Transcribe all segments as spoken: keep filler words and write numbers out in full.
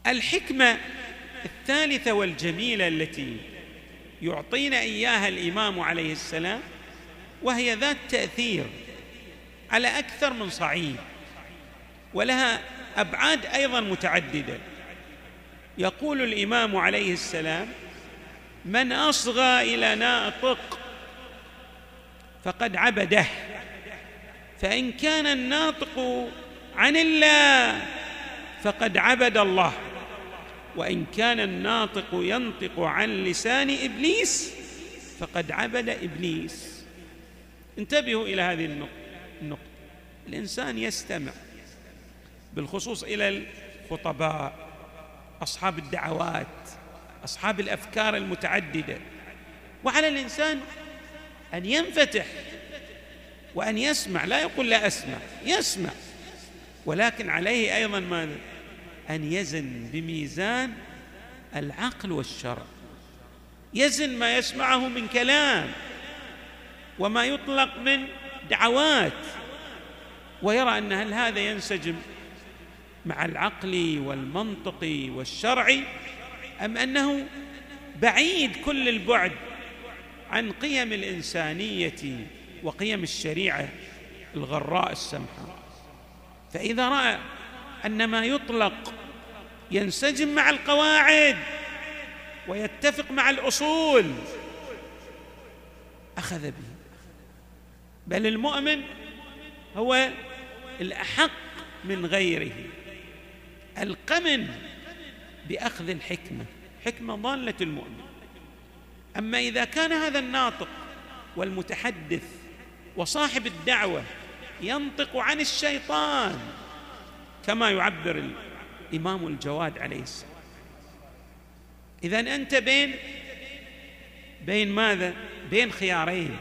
الحكمة الثالثة والجميلة التي يعطينا إياها الإمام عليه السلام، وهي ذات تأثير على أكثر من صعيد، ولها أبعاد أيضا متعددة. يقول الإمام عليه السلام: من أصغى إلى ناطق فقد عبده، فإن كان الناطق عن الله فقد عبد الله، وإن كان الناطق ينطق عن لسان إبليس فقد عبد إبليس. انتبهوا إلى هذه النقطة. الإنسان يستمع بالخصوص إلى الخطباء، أصحاب الدعوات، أصحاب الأفكار المتعددة، وعلى الإنسان أن ينفتح وأن يسمع. لا يقول لا أسمع، يسمع، ولكن عليه أيضا ماذا؟ أن يزن بميزان العقل والشرع، يزن ما يسمعه من كلام وما يطلق من دعوات، ويرى أن هل هذا ينسجم مع العقل والمنطق والشرع، أم أنه بعيد كل البعد عن قيم الإنسانية وقيم الشريعة الغراء السمحاء. فإذا رأى أن ما يطلق ينسجم مع القواعد ويتفق مع الأصول أخذ به. بل المؤمن هو الأحق من غيره، القمن بأخذ الحكمة، حكمة ضالة المؤمن. أما إذا كان هذا الناطق والمتحدث وصاحب الدعوة ينطق عن الشيطان، كما يعبر الإمام الجواد عليه السلام، إذن أنت بين بين ماذا؟ بين خيارين.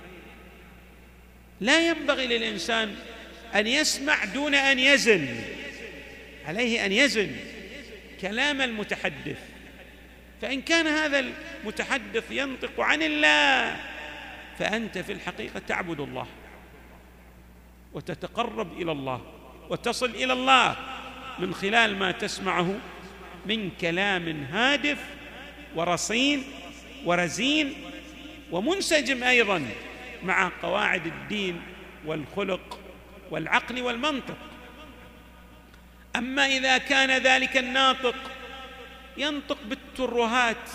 لا ينبغي للإنسان أن يسمع دون أن يزن، عليه أن يزن كلام المتحدث. فإن كان هذا المتحدث ينطق عن الله فأنت في الحقيقة تعبد الله وتتقرب إلى الله وتصل إلى الله من خلال ما تسمعه من كلام هادف ورصين ورزين ومنسجم أيضا مع قواعد الدين والخلق والعقل والمنطق. أما إذا كان ذلك الناطق ينطق بالترهات،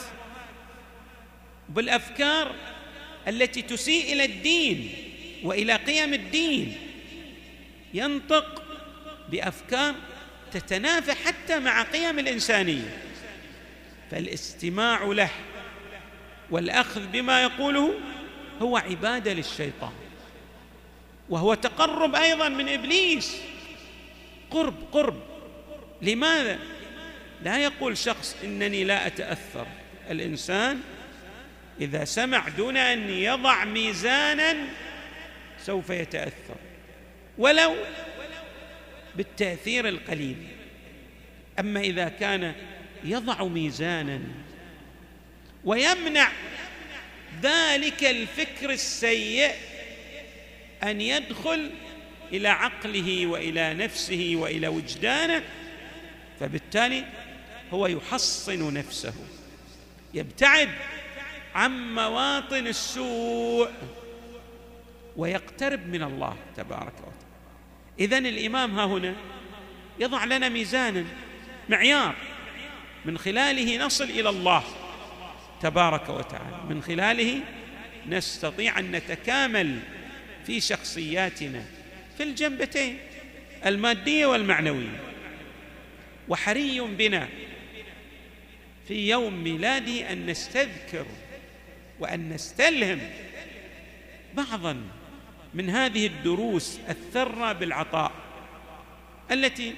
بالأفكار التي تسيء إلى الدين وإلى قيم الدين، ينطق بأفكار تتنافى حتى مع قيم الإنسانية، فالاستماع له والأخذ بما يقوله هو عبادة للشيطان، وهو تقرب أيضا من إبليس، قرب قرب. لماذا؟ لا يقول شخص إنني لا أتأثر. الإنسان إذا سمع دون أن يضع ميزانا سوف يتأثر، ولو بالتأثير القليل. أما إذا كان يضع ميزانا ويمنع ذلك الفكر السيء أن يدخل إلى عقله وإلى نفسه وإلى وجدانه، فبالتالي هو يحصن نفسه، يبتعد عن مواطن السوء ويقترب من الله تبارك وتعالى. إذن الإمام ها هنا يضع لنا ميزانا، معيار من خلاله نصل إلى الله تبارك وتعالى، من خلاله نستطيع أن نتكامل في شخصياتنا في الجنبتين المادية والمعنوية. وحري بنا في يوم ميلاده أن نستذكر وأن نستلهم بعضا من هذه الدروس الثرة بالعطاء التي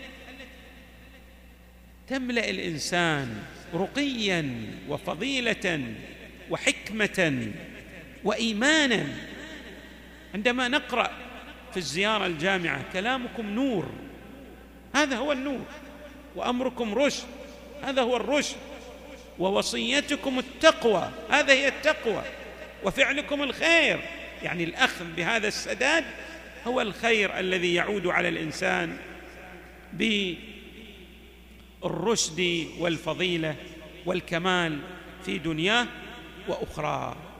تملأ الإنسان رقيا وفضيلة وحكمة وإيمانا. عندما نقرأ في الزيارة الجامعة كلامكم نور، هذا هو النور، وأمركم رشد، هذا هو الرشد، ووصيتكم التقوى، هذا هي التقوى، وفعلكم الخير، يعني الأخذ بهذا السداد هو الخير الذي يعود على الإنسان الرشد والفضيلة والكمال في دنياه وأخراه.